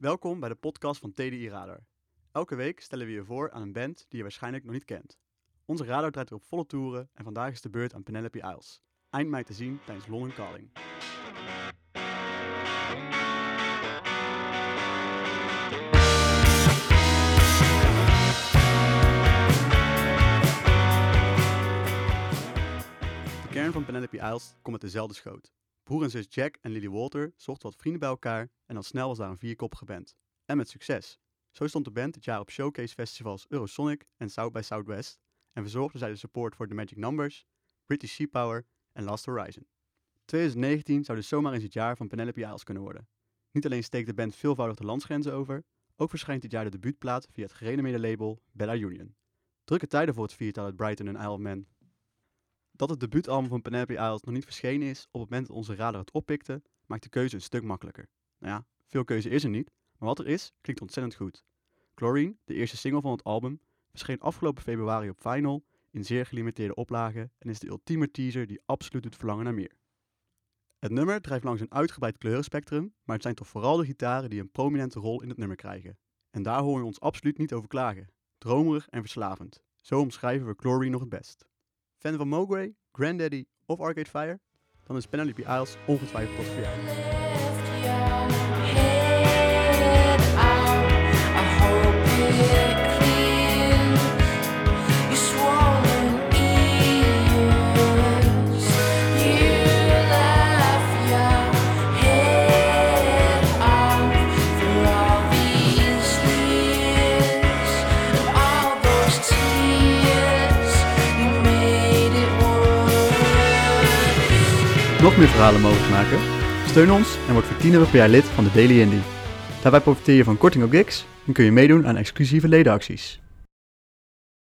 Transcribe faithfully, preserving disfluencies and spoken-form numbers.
Welkom bij de podcast van T D I Radar. Elke week stellen we je voor aan een band die je waarschijnlijk nog niet kent. Onze radar draait er op volle toeren en vandaag is de beurt aan Penelope Isles. Eind mei te zien tijdens London Calling. De kern van Penelope Isles komt met dezelfde schoot. Broer en zus Jack en Lily Walter zochten wat vrienden bij elkaar en al snel was daar een vierkoppige band. En met succes. Zo stond de band dit jaar op showcase festivals Eurosonic en South by Southwest en verzorgde zij de support voor The Magic Numbers, British Sea Power en Last Horizon. twintig negentien zou dus zomaar eens het jaar van Penelope Isles kunnen worden. Niet alleen steekt de band veelvoudig de landsgrenzen over, ook verschijnt dit jaar de debuutplaat via het gerenommeerde label Bella Union. Drukke tijden voor het viertal uit Brighton en Isle of Man. Dat het debuutalbum van Penelope Isles nog niet verschenen is op het moment dat onze radar het oppikte, maakt de keuze een stuk makkelijker. Nou ja, veel keuze is er niet, maar wat er is, klinkt ontzettend goed. Chlorine, de eerste single van het album, verscheen afgelopen februari op vinyl in zeer gelimiteerde oplagen en is de ultieme teaser die absoluut doet verlangen naar meer. Het nummer drijft langs een uitgebreid kleurenspectrum, maar het zijn toch vooral de gitaren die een prominente rol in het nummer krijgen. En daar hoor je ons absoluut niet over klagen. Dromerig en verslavend. Zo omschrijven we Chlorine nog het best. Fan van Mogwai, Grandaddy of Arcade Fire? Dan is Penelope Isles ongetwijfeld tot voor jou. Nog meer verhalen mogelijk maken? Steun ons en word voor tien euro per jaar lid van de Daily Indie. Daarbij profiteer je van korting op gigs en kun je meedoen aan exclusieve ledenacties.